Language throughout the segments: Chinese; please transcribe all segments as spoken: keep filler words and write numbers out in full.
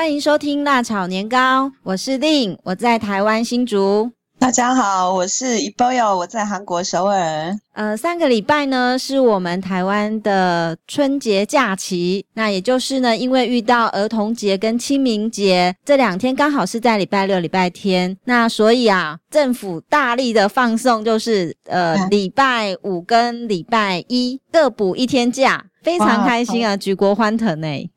欢迎收听辣炒年糕，我是令，我在台湾新竹。 大家好，我是一波友，我在韩国首尔。 呃，上个礼拜呢是我们台湾的春节假期，那也就是呢，因为遇到儿童节跟清明节这两天刚好是在礼拜六、礼拜天，那所以啊，政府大力的放送，就是呃礼拜五跟礼拜一各补一天假，非常开心啊，举国欢腾欸。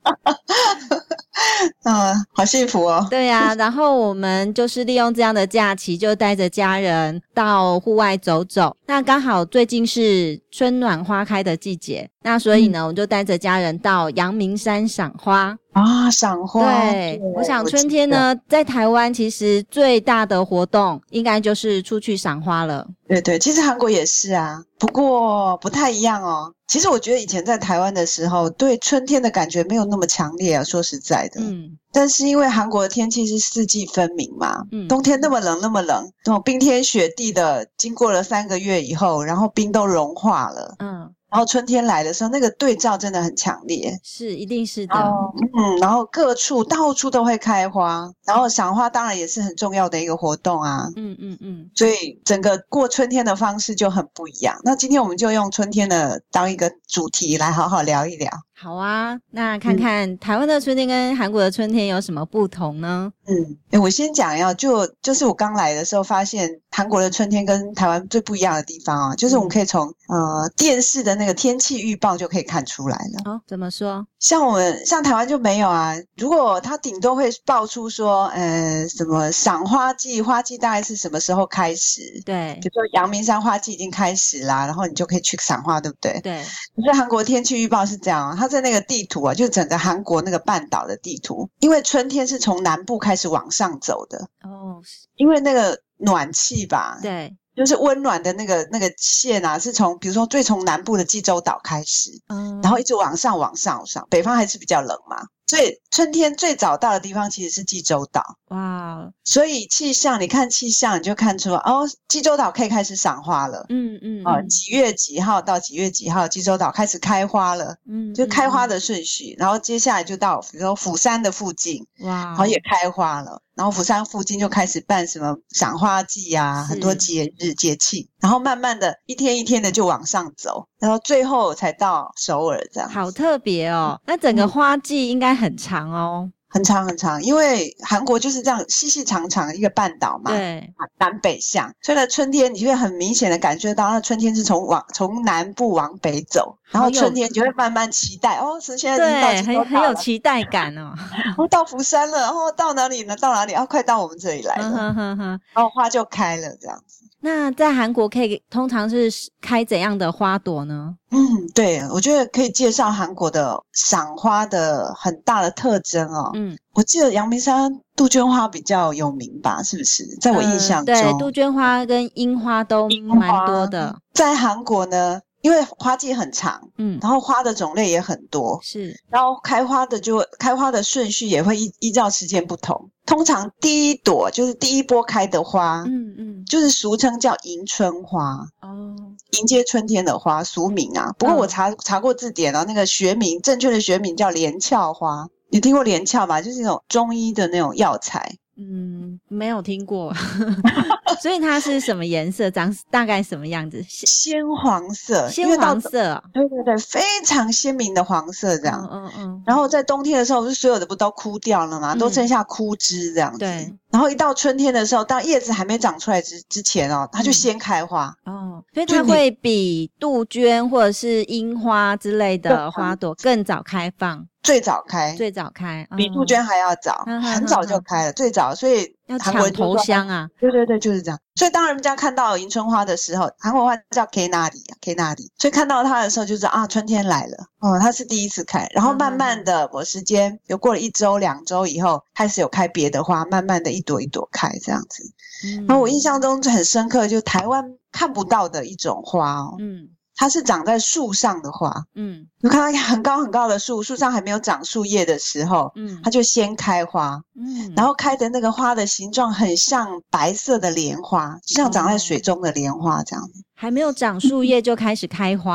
嗯，好幸福哦。 对啊，然后我们就是利用这样的假期，就带着家人到户外走走。那刚好最近是春暖花开的季节，那所以呢，嗯、我就带着家人到阳明山赏花。 啊，赏花。 对，我想春天呢，在台湾其实最大的活动应该就是出去赏花了。 对对，其实韩国也是啊，不过不太一样哦。其实我觉得以前在台湾的时候，对春天的感觉没有那么强烈啊，说实在的。嗯。但是因为韩国的天气是四季分明嘛，嗯，冬天那么冷那么冷，那种冰天雪地的，经过了三个月以后，然后冰都融化了。嗯。然后春天来的时候，那个对照真的很强烈， 是一定是的。 嗯，然后各处到处都会开花，然后赏花当然也是很重要的一个活动啊。嗯嗯嗯，所以整个过春天的方式就很不一样。那今天我们就用春天的当一个主题来好好聊一聊。 好啊，那看看台湾的春天跟韩国的春天有什么不同呢？ 嗯，欸、我先讲要就就是我刚来的时候发现韩国的春天跟台湾最不一样的地方啊，就是我们可以从呃电视的那个天气预报就可以看出来了。 哦，怎么说？像我们像台湾就没有啊，如果它顶多会爆出说呃什么赏花季，花季大概是什么时候开始？ 对， 比如说阳明山花季已经开始啦，然后你就可以去赏花，对不对？ 对。 可是韩国天气预报是这样啊，它在那个地图啊，就整个韩国那个半岛的地图，因为春天是从南部开始往上走的哦，因为那个暖气吧， 对， 就是温暖的那个那个线啊，是从比如说最从南部的济州岛开始，嗯，然后一直往上往上往上，北方还是比较冷嘛，所以春天最早到的地方其实是济州岛。哇，所以气象，你看气象你就看出哦，济州岛可以开始赏花了。嗯嗯，哦，几月几号到几月几号，济州岛开始开花了。嗯，就开花的顺序，然后接下来就到比如说釜山的附近，哇，然后也开花了。然后釜山附近就开始办什么赏花季啊，很多节日节气，然后慢慢的一天一天的就往上走，然后最后才到首尔这样。 好特别哦，那整个花季应该很长哦。 很长很长，因为韩国就是这样细细长长的一个半岛嘛， 对， 南北向，所以呢春天你就会很明显的感觉到，那春天是从往从南部往北走，然后春天就会慢慢期待哦，是现在已经到对，很很有期待感哦。 哦，到釜山了，然后到哪里呢？到哪里？哦，快到我们这里来了，呵呵呵，然后花就开了，这样子。 那在韩国可以通常是开怎样的花朵呢？ 嗯，对，我觉得可以介绍韩国的赏花的很大的特征哦。嗯，我记得阳明山杜鹃花比较有名吧，是不是？在我印象中， 呃、对，杜鹃花跟樱花都蛮多的。 在韩国呢，因为花季很长，嗯，然后花的种类也很多， 是， 然后开花的就开花的顺序也会依依照时间不同。通常第一朵就是第一波开的花，嗯嗯，就是俗称叫迎春花哦，迎接春天的花，俗名啊。不过我查、嗯、查过字典啊，那个学名正确的学名叫连翘花。你听过连翘吧？就是那种中医的那种药材。 嗯，没有听过。所以它是什么颜色？长大概什么样子？ 鲜黄色， 鲜黄色、哦， 对对对，非常鲜明的黄色这样。嗯嗯嗯。然后在冬天的时候，不是所有的不都枯掉了吗？嗯、都剩下枯枝这样子。对。然后一到春天的时候，当叶子还没长出来之之前哦，它就先开花。嗯、 哦，所以它会比杜鹃或者是樱花之类的花朵更早开放。 最早开， 最早开，嗯、 比杜鹃还要早，嗯、很早就开了，嗯、最早，所以要抢头香啊！ 对对对，就是这样。所以当人们家看到迎春花的时候，韩国话叫 Kna리，Kna리， 所以看到它的时候就知道啊，春天来了。哦，它是第一次开，然后慢慢的，我时间又过了一周、两周以后，开始有开别的花，慢慢的一朵一朵开这样子。嗯、然后我印象中很深刻，就台湾看不到的一种花哦。嗯。它是长在树上的花，嗯，你看它很高很高的树，树上还没有长树叶的时候，嗯，它就先开花，嗯，然后开的那个花的形状很像白色的莲花，就像长在水中的莲花这样子。 还没有长树叶就开始开花，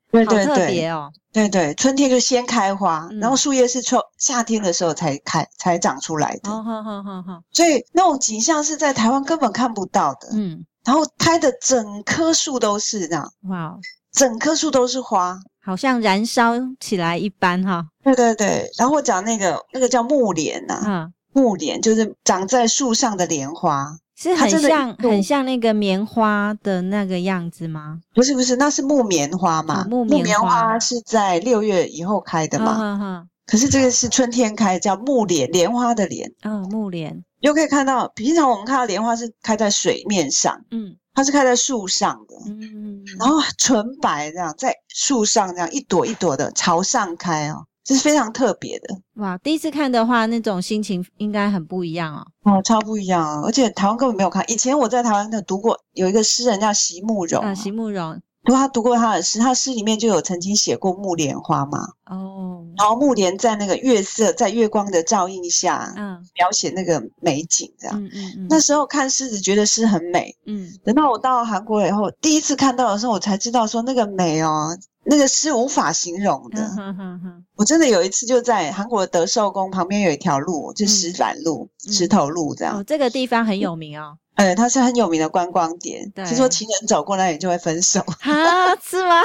对对对， 好特别哦。 对对，春天就先开花， 嗯、 然后树叶是秋夏天的时候才开才长出来的。 哦，好好好好， 所以那种景象是在台湾根本看不到的。 嗯， 然后开的整棵树都是这样， 哇， 整棵树都是花， 好像燃烧起来一般哈。 对对对，然后我讲那个那个叫木莲呐、啊，嗯，木莲就是长在树上的莲花。 是很像很像那个棉花的那个样子吗？ 不是不是，那是木棉花嘛。哦、木棉 花, 木棉花是在六月以后开的嘛。哦、呵呵，可是这个是春天开，叫木莲，莲花的莲。 哦，木莲。 就可以看到，平常我们看到莲花是开在水面上，嗯，它是开在树上的，嗯，然后纯白这样在树上这样一朵一朵的朝上开哦。这是非常特别的。 哇，第一次看的话那种心情应该很不一样哦。 哦，超不一样哦，而且台湾根本没有看。以前我在台湾的读过有一个诗人叫席慕容啊， 席慕容， 如果他读过他的诗，他诗里面就有曾经写过木莲花嘛。哦，然后木莲在那个月色在月光的照映下，嗯，描写那个美景这样。嗯嗯嗯。那时候看诗只觉得诗很美，嗯，等到我到韩国以后，第一次看到的时候，我才知道说那个美哦。那个是无法形容的。嗯、哼哼哼，我真的有一次就在韩国的德寿宫旁边有一条路，就石板路、嗯、石头路这样、 哦。这个地方很有名哦。 呃，它是很有名的观光点，听说情人走过那里就会分手。 啊，是吗？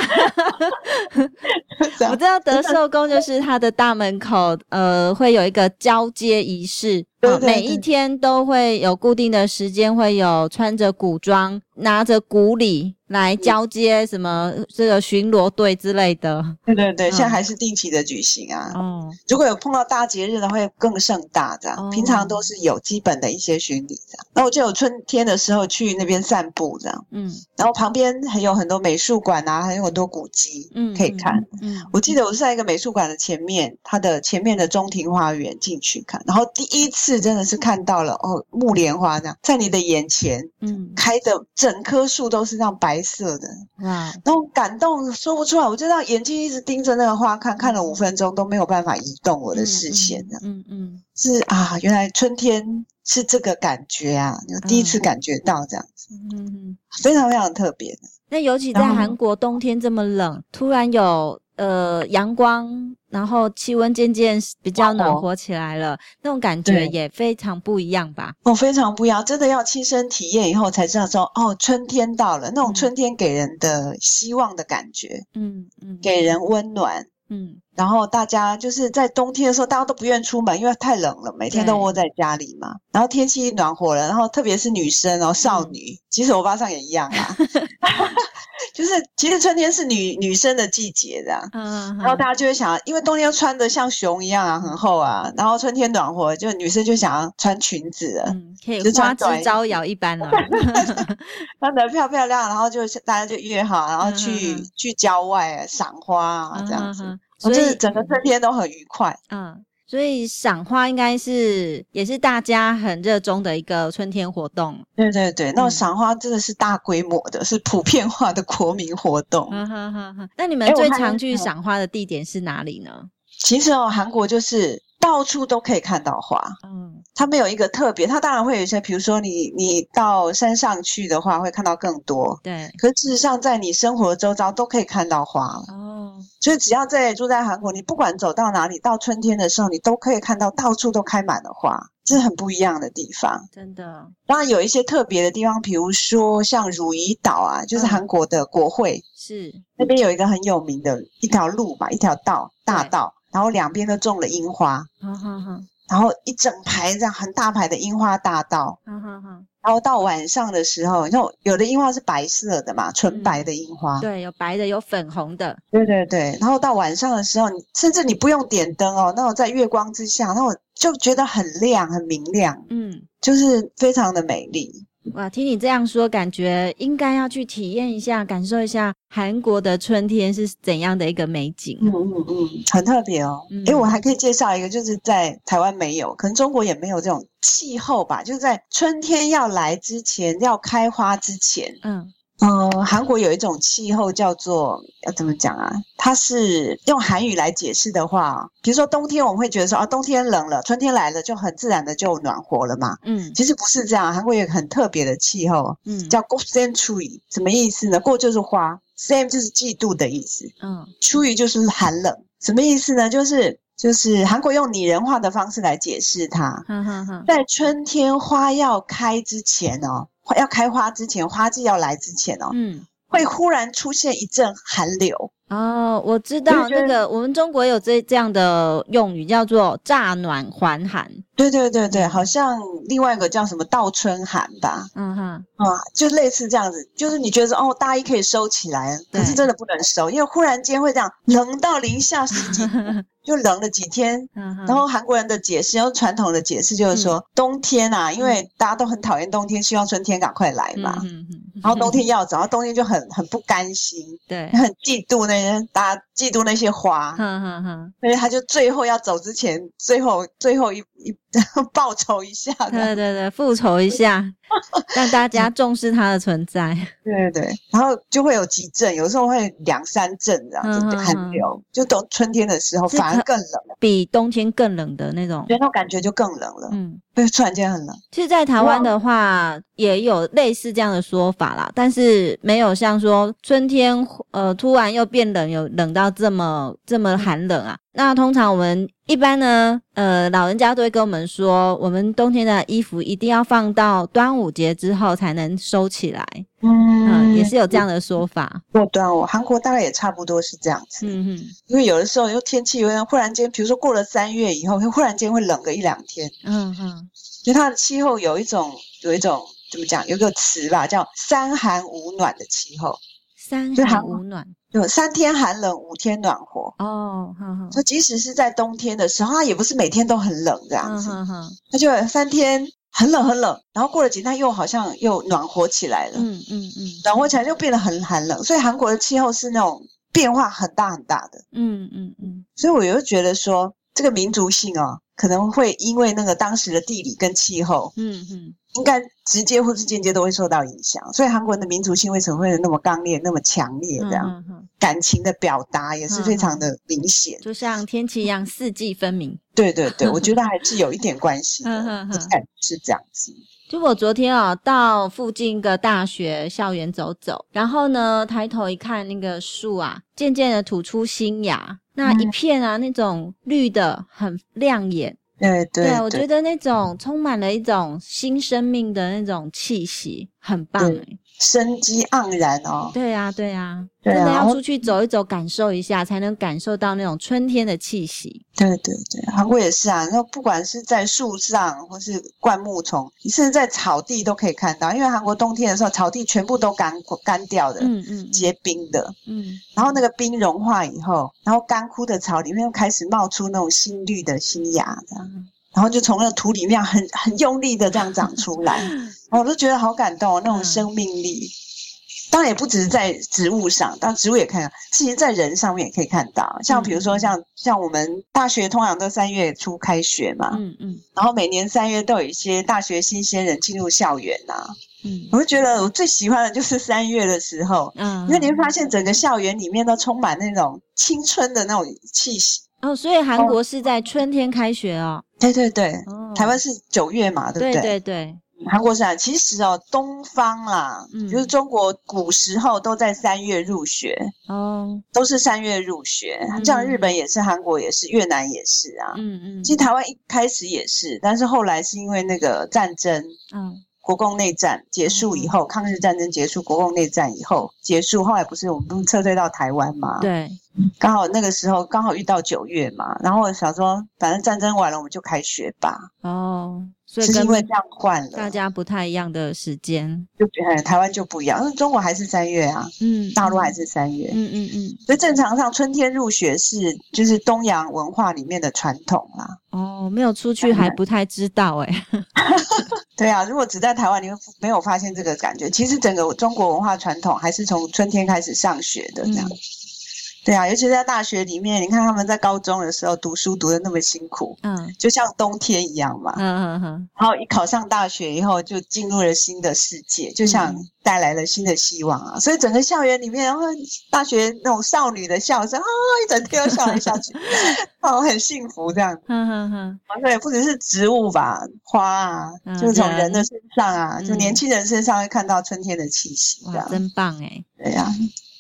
我知道德寿宫就是它的大门口，呃，会有一个交接仪式。对对对，每一天都会有固定的时间，会有穿着古装、拿着古礼来交接什么这个巡逻队之类的。对对对，嗯、现在还是定期的举行啊。哦，如果有碰到大节日的会更盛大这样、哦，平常都是有基本的一些巡礼这样。那我就有春天的时候去那边散步这样。嗯，然后旁边还有很多美术馆啊，还有很多古迹可以看。嗯，嗯我记得我是在一个美术馆的前面，它的前面的中庭花园进去看，然后第一次真的是看到了哦，木莲花这样在你的眼前，嗯，开的整棵树都是那样白色的，哇，那种感动说不出来，我就让眼睛一直盯着那个花看，看了五分钟都没有办法移动我的视线的，嗯 嗯, 嗯, 嗯，是啊，原来春天是这个感觉啊，第一次感觉到这样子，嗯嗯，非常非常特别的。 那尤其在韩国冬天这么冷，突然有呃阳光，然后气温渐渐比较暖和起来了，那种感觉也非常不一样吧？ 哦，非常不一样，真的要亲身体验以后才知道说，哦，春天到了，那种春天给人的希望的感觉，嗯嗯，给人温暖，嗯，然后大家就是在冬天的时候，大家都不愿出门，因为太冷了，每天都窝在家里嘛。然后天气暖和了，然后特别是女生哦，少女，嗯、其实欧巴桑也一样啊。就是其实春天是女女生的季节这样，嗯，然后大家就会想要，因为冬天穿得像熊一样啊，很厚啊，然后春天暖和，就女生就想要穿裙子了， 嗯，可以花枝招摇一般了， 穿得漂漂亮，然后就大家就约好，然后去、嗯、去郊外赏花啊这样子，嗯、所以整个春天都很愉快， 嗯。所以赏花应该是也是大家很热衷的一个春天活动。 对对对，那赏花真的是大规模的，嗯、是普遍化的国民活动。 哈哈哈哈。那你们最常去赏花的地点是哪里呢？ 其实哦，韩国就是到处都可以看到花。嗯，它没有一个特别，它当然会有一些，比如说你你到山上去的话，会看到更多。对，可是事实上在你生活的周遭都可以看到花。哦，所以只要在住在韩国，你不管走到哪里，到春天的时候，你都可以看到到处都开满了花，这是很不一样的地方。 真的， 当然有一些特别的地方，比如说像汝矣岛啊，就是韩国的国会，嗯、是那边有一个很有名的一条路吧，一条道大道。然后两边都种了樱花，好好好，然后一整排这样很大排的樱花大道，好好好。然后到晚上的时候，然后有的樱花是白色的嘛，纯白的樱花， 嗯、对，有白的，有粉红的， 对对对。然后到晚上的时候，你甚至你不用点灯哦，那种在月光之下，那我就觉得很亮，很明亮，嗯，就是非常的美丽。 哇，听你这样说，感觉应该要去体验一下，感受一下韩国的春天是怎样的一个美景。 嗯嗯嗯，很特别哦。嗯、诶我还可以介绍一个，就是在台湾没有，可能中国也没有这种气候吧，就是在春天要来之前，要开花之前，嗯。呃，韩国有一种气候叫做要怎么讲啊？它是用韩语来解释的话，比如说冬天我们会觉得说啊，冬天冷了，春天来了就很自然的就暖和了嘛。嗯，其实不是这样，韩国有一个很特别的气候，嗯，叫고센추위，什么意思呢？过就是花， same 就是嫉妒的意思。 嗯， 추위就是寒冷，什么意思呢？就是就是韩国用拟人化的方式来解释它。 哼哼哼， 在春天花要开之前哦，要开花之前，花季要来之前哦，嗯，会忽然出现一阵寒流。 哦，我知道那个我们中国有这这样的用语叫做乍暖还寒。 对对对对，好像另外一个叫什么倒春寒吧。嗯哼，啊，就类似这样子，就是你觉得说哦，大衣可以收起来，可是真的不能收，因为忽然间会这样冷到零下十几度。就冷了几天，然后韩国人的解释，用传统的解释就是说，嗯、冬天啊，因为大家都很讨厌冬天，希望春天赶快来嘛，嗯、然后冬天要走，然后冬天就很很不甘心，对，很嫉妒那些大家嫉妒那些花，所以他就最后要走之前，最后最后一一报仇一下， 对对对，复仇一下，让大家重视它的存在， 对对对，然后就会有几阵，有时候会两三阵这样子寒流，就冬春天的时候反而更冷， 比冬天更冷的那种， 对，那种感觉就更冷了，嗯，对，突然间很冷。 其实在台湾的话也有类似这样的说法啦，但是没有像说春天呃突然又变冷，有冷到这么这么寒冷啊。那通常我们一般呢呃老人家都会跟我们说，我们冬天的衣服一定要放到端午节之后才能收起来。嗯, 嗯，也是有这样的说法。 过端午，韩国大概也差不多是这样子。嗯哼，因为有的时候又天气有点忽然间，比如说过了三月以后，会忽然间会冷个一两天。嗯哼，因为它的气候有一种有一种怎么讲？有一个词吧，叫三寒五暖的气候。 三寒五暖， 有三天寒冷，五天暖和。哦，呵呵，所以即使是在冬天的时候，它也不是每天都很冷这样子。嗯哼，它就有三天。很冷很冷，然后过了几天又好像又暖和起来了，嗯嗯嗯，暖和起来就变得很寒冷，所以韩国的气候是那种变化很大很大的，嗯嗯嗯，所以我又觉得说这个民族性哦，可能会因为那个当时的地理跟气候，嗯嗯，应该直接或是间接都会受到影响，所以韩国人的民族性为什么会那么刚烈、那么强烈这样？嗯嗯嗯，感情的表达也是非常的明显， 就像天气一样，四季分明。 对对对，我觉得还是有一点关系的，是这样子。 就我昨天啊，到附近一个大学校园走走，然后呢，抬头一看，那个树啊，渐渐的吐出新芽，那一片啊，嗯、那种绿的很亮眼。 对对 对, 对，我觉得那种充满了一种新生命的那种气息，很棒哎、欸。 生机盎然哦， 对啊对啊，真的要出去走一走，感受一下，才能感受到那种春天的气息。 对对对，韩国也是啊，那不管是在树上或是灌木丛，你甚至在草地都可以看到，因为韩国冬天的时候，草地全部都干干掉的，嗯嗯，结冰的，嗯，然后那个冰融化以后，然后干枯的草里面又开始冒出那种新绿的新芽，这样。然后就从那个土里面很很用力的这样长出来，我都觉得好感动，那种生命力。当然也不只是在植物上，当然植物也看到，其实在人上面也可以看到。像比如说像像我们大学通常都三月初开学嘛，嗯嗯，然后每年三月都有一些大学新鲜人进入校园啊。嗯，我就觉得我最喜欢的就是三月的时候，嗯，因为你会发现整个校园里面都充满那种青春的那种气息。 哦，所以韩国是在春天开学哦。 对对对，哦、台湾是九月嘛，对不对？ 对对对， 韩国是啊。其实哦，东方啦，嗯、就是中国古时候都在三月入学哦，都是三月入学。这样日本也是，韩国也是，越南也是啊。嗯嗯，其实台湾一开始也是，但是后来是因为那个战争，嗯。国共内战结束以后，嗯、抗日战争结束，国共内战以后结束，后来不是我们不是撤退到台湾吗？ 对， 刚好那个时候刚好遇到九月嘛，然后我想说，反正战争完了我们就开学吧。哦，所以是因为这样换了， 大家不太一样的时间， 就台湾就不一样，因为中国还是三月啊，嗯，大陆还是三月，嗯嗯嗯，所以正常上春天入学是就是东洋文化里面的传统啦。 哦，没有出去还不太知道哎、欸。 对啊，如果只在台湾，你会没有发现这个感觉。其实整个中国文化传统还是从春天开始上学的这样。嗯、对啊，尤其是在大学里面，你看他们在高中的时候读书读得那么辛苦，嗯，就像冬天一样嘛，嗯嗯嗯。然后一考上大学以后，就进入了新的世界，就像带来了新的希望啊。嗯、所以整个校园里面，然后大学那种少女的笑声啊，一整天都笑来笑去，哦，很幸福这样。嗯嗯嗯。对，不只是植物吧，花啊，嗯、就是从人的身上啊，嗯、就年轻人身上会看到春天的气息。 哇，真棒哎！ 对啊。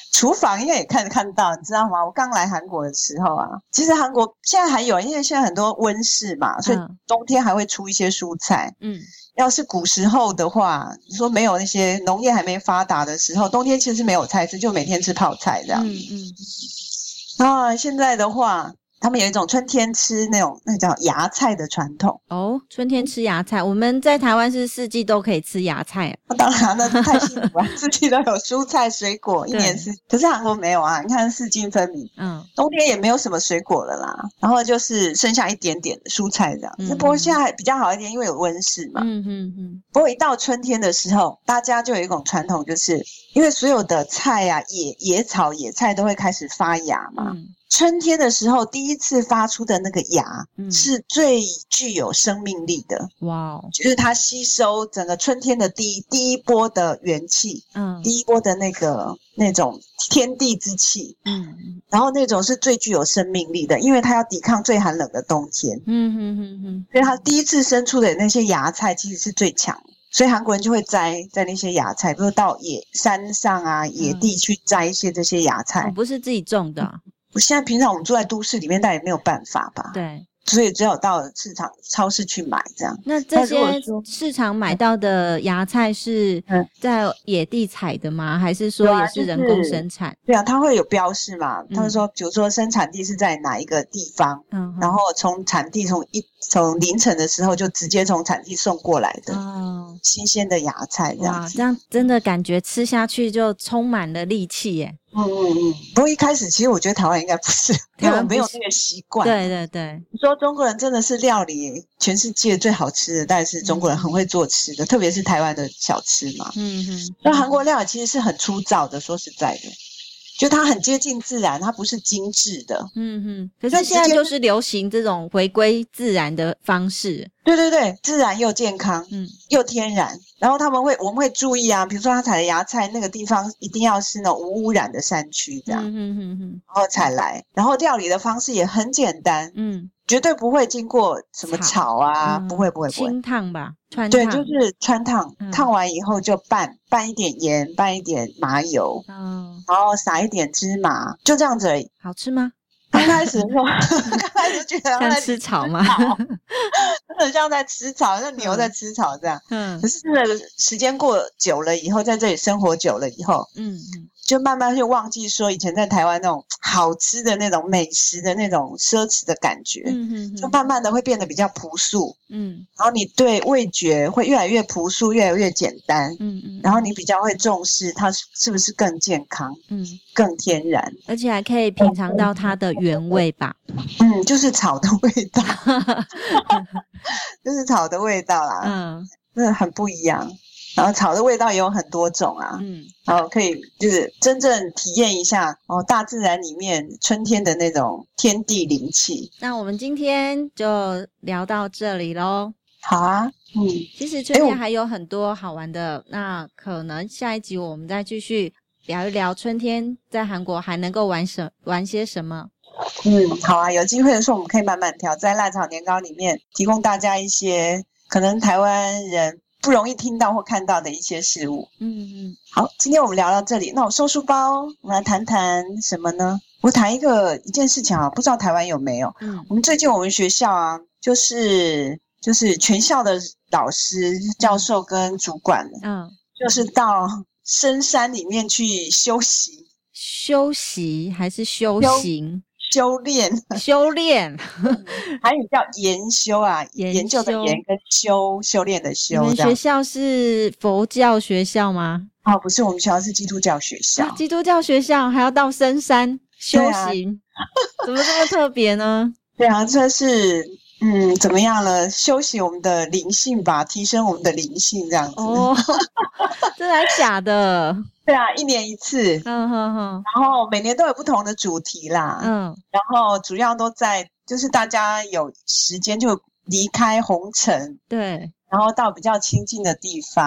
厨房应该也看看到，你知道吗？我刚来韩国的时候啊，其实韩国现在还有，因为现在很多温室嘛，所以冬天还会出一些蔬菜。嗯，要是古时候的话，你说没有那些农业还没发达的时候，冬天其实没有菜吃，就每天吃泡菜这样。嗯嗯。啊，现在的话。他们有一种春天吃那种那叫芽菜的传统哦，春天吃芽菜，我们在台湾是四季都可以吃芽菜、 啊、当然那太幸福了，四季都有蔬菜水果，一年四季。可是韩国没有啊，你看四季分明，嗯，冬天也没有什么水果了啦，然后就是剩下一点点的蔬菜这样。嗯、不过现在比较好一点，因为有温室嘛。嗯嗯嗯。不过一到春天的时候，大家就有一种传统，就是因为所有的菜啊、野野草、野菜都会开始发芽嘛。嗯，春天的时候第一次发出的那个芽、嗯、是最具有生命力的。哇、wow ，就是它吸收整个春天的第一第一波的元气，嗯，第一波的那个那种天地之气，嗯，然后那种是最具有生命力的，因为它要抵抗最寒冷的冬天。嗯哼哼哼，所以它第一次生出的那些芽菜其实是最强的。所以韩国人就会摘摘那些芽菜，比如到野山上啊、野地去摘一些这些芽菜。 哦、不是自己种的、啊。 我现在平常我们住在都市里面，但也没有办法吧？对，所以只有到市场、超市去买这样。 那这些市场买到的芽菜是在野地采的吗？嗯、还是说也是人工生产？ 对啊，它会有标示嘛？他们说，比如说生产地是在哪一个地方，嗯、然后从产地从一从凌晨的时候就直接从产地送过来的。哦，新鲜的芽菜这样子。 哇，这样真的感觉吃下去就充满了力气耶。 嗯嗯嗯，不过一开始其实我觉得台湾应该不是，因为我没有那个习惯。 对对对， 你说中国人真的是料理全世界最好吃的，但是中国人很会做吃的，嗯、特别是台湾的小吃嘛。嗯嗯，那韩国料理其实是很粗糙的，说实在的。就它很接近自然，它不是精致的。 嗯哼，可是现在就是流行这种回归自然的方式。 对对对，自然又健康，嗯，又天然。然后他们会，我们会注意啊，比如说他采的芽菜那个地方一定要是那种无污染的山区，这样，嗯哼哼哼，然后采来，然后料理的方式也很简单，嗯，绝对不会经过什么炒啊，嗯、不会不会不会， 清烫吧，川烫， 对，就是川烫，嗯、烫完以后就拌，拌一点盐，拌一点麻油，嗯，然后撒一点芝麻，就这样子而已。 好吃吗？ 刚开始的时候，刚开始觉得像吃草吗？ 真的像在吃草，像牛在吃草这样。嗯，可是真的时间过久了以后，在这里生活久了以后，嗯嗯，就慢慢会忘记说以前在台湾那种好吃的那种美食的那种奢侈的感觉。嗯嗯，就慢慢的会变得比较朴素。嗯，然后你对味觉会越来越朴素，越来越简单。嗯嗯，然后你比较会重视它是不是更健康，嗯，更天然， 而且还可以品尝到它的原味吧。 嗯，就是草的味道，就是草的味道啦。嗯，真的很不一样。然后草的味道也有很多种啊。嗯，然后可以就是真正体验一下哦，大自然里面春天的那种天地灵气。 那我们今天就聊到这里咯。 好啊。嗯， 其实春天还有很多好玩的，欸、那可能下一集我们再继续聊一聊春天在韩国还能够玩什玩些什么。 嗯，好啊，有机会的时候我们可以慢慢挑，在辣炒年糕里面提供大家一些可能台湾人不容易听到或看到的一些事物。嗯嗯，好，今天我们聊到这里，那我收书包，我们来谈谈什么呢？我谈一个一件事情啊，不知道台湾有没有？嗯，我们最近我们学校啊，就是就是全校的老师、教授跟主管，嗯，就是到深山里面去修习。 修习还是修行？ 修炼， 修炼， 还有叫研修啊，研, 研究的研跟修修炼的修。 你们学校是佛教学校吗？ 哦，不是，我们学校是基督教学校。 啊、基督教学校还要到深山修行，啊、怎么这么特别呢？ 对啊，这是嗯，怎么样了？修习我们的灵性吧，提升我们的灵性，这样子。哦， 真的还假的？ 对啊，一年一次，嗯哼哼，然后每年都有不同的主题啦，嗯，然后主要都在就是大家有时间就离开红尘， 对， 然后到比较清静的地方，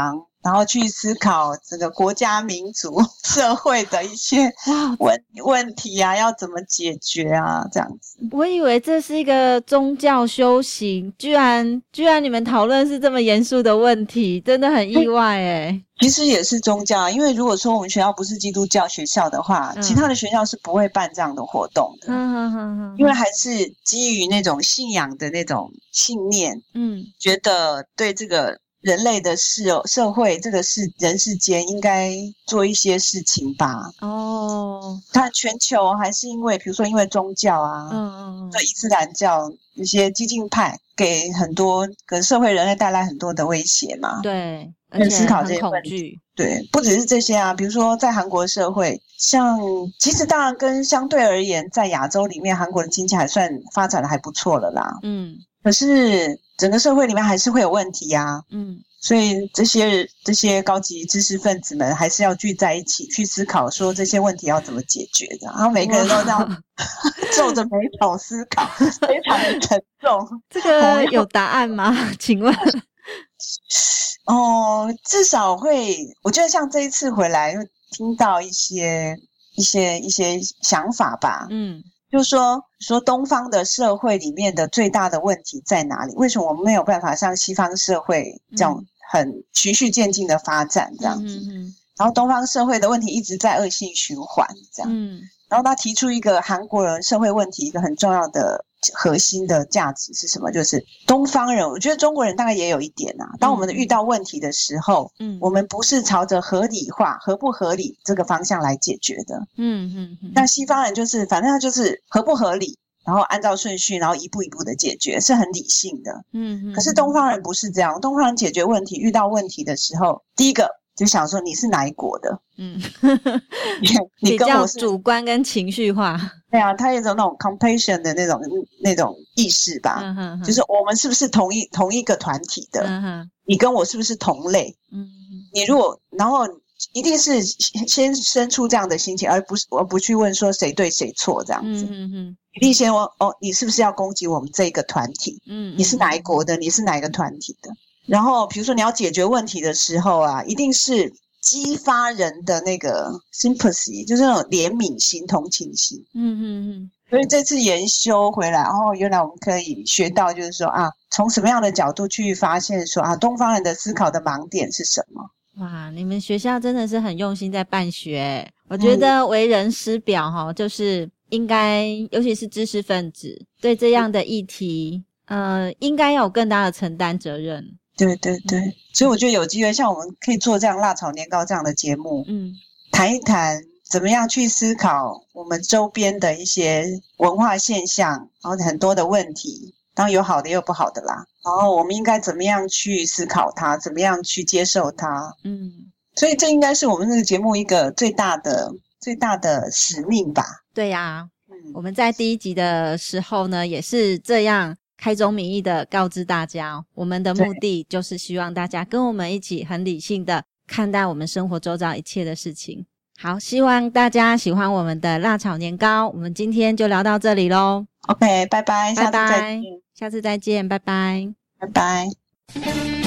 然后去思考这个国家民族社会的一些问问题啊，要怎么解决啊，这样子。 我以为这是一个宗教修行，居然居然你们讨论是这么严肃的问题，真的很意外耶。 其实也是宗教，因为如果说我们学校不是基督教学校的话，嗯、其他的学校是不会办这样的活动的，嗯嗯嗯嗯、因为还是基于那种信仰的那种信念，嗯，觉得对这个人类的事社会这个世人世间应该做一些事情吧。哦，看全球还是因为比如说因为宗教啊，嗯嗯嗯，对伊斯兰教一些激进派给很多给社会人类带来很多的威胁嘛。 对，而且很恐惧。 对，不只是这些啊，比如说在韩国社会，像其实当然跟相对而言，在亚洲里面，韩国的经济还算发展的还不错了啦。嗯，可是整个社会里面还是会有问题啊。嗯，所以这些这些高级知识分子们还是要聚在一起去思考，说这些问题要怎么解决的。然后每个人都这样皱着眉头思考，非常的沉重。 这个有答案吗？请问？ 哦，至少会，我觉得像这一次回来，会听到一些一些一些想法吧。嗯，就是说说东方的社会里面的最大的问题在哪里？为什么我们没有办法像西方社会这样很循序渐进的发展这样子？嗯嗯嗯，然后东方社会的问题一直在恶性循环这样。嗯，然后他提出一个韩国人社会问题一个很重要的核心的价值是什么？就是东方人，我觉得中国人大概也有一点啊。当我们遇到问题的时候，嗯，我们不是朝着合理化、合不合理这个方向来解决的。嗯嗯嗯。那西方人就是，反正他就是合不合理，然后按照顺序，然后一步一步的解决，是很理性的。嗯嗯。可是东方人不是这样，东方人解决问题、遇到问题的时候，第一个就想说你是哪一国的？嗯， 你跟我是比较主观跟情绪化。 对啊，他有一种那种 compassion 的那种那种意识吧，嗯哼哼，就是我们是不是同一同一个团体的？嗯哼，你跟我是不是同类？嗯，你如果然后一定是先生出这样的心情，而不是而不去问说谁对谁错这样子。嗯哼，一定先问哦，你是不是要攻击我们这个团体？嗯，你是哪一国的？你是哪一个团体的？然后比如说你要解决问题的时候啊，一定是激发人的那个 sympathy， 就是那种怜悯心、同情心。嗯嗯嗯。所以这次研修回来，哦，原来我们可以学到，就是说啊，从什么样的角度去发现说啊，东方人的思考的盲点是什么？ 哇，你们学校真的是很用心在办学。我觉得为人师表哈、哦，就是应该，尤其是知识分子，对这样的议题，呃，应该要有更大的承担责任。 对对对，嗯，所以我觉得有机会像我们可以做这样辣炒年糕这样的节目，嗯，谈一谈怎么样去思考我们周边的一些文化现象，然后很多的问题，当然有好的也有不好的啦，然后我们应该怎么样去思考它，怎么样去接受它，嗯，所以这应该是我们这个节目一个最大的最大的使命吧。 对呀、啊嗯，我们在第一集的时候呢也是这样开宗明义的告知大家，我们的目的就是希望大家跟我们一起很理性的看待我们生活周遭一切的事情。好，希望大家喜欢我们的辣炒年糕，我们今天就聊到这里咯。 OK， 拜拜， 拜拜，下次再见，拜拜， 拜拜。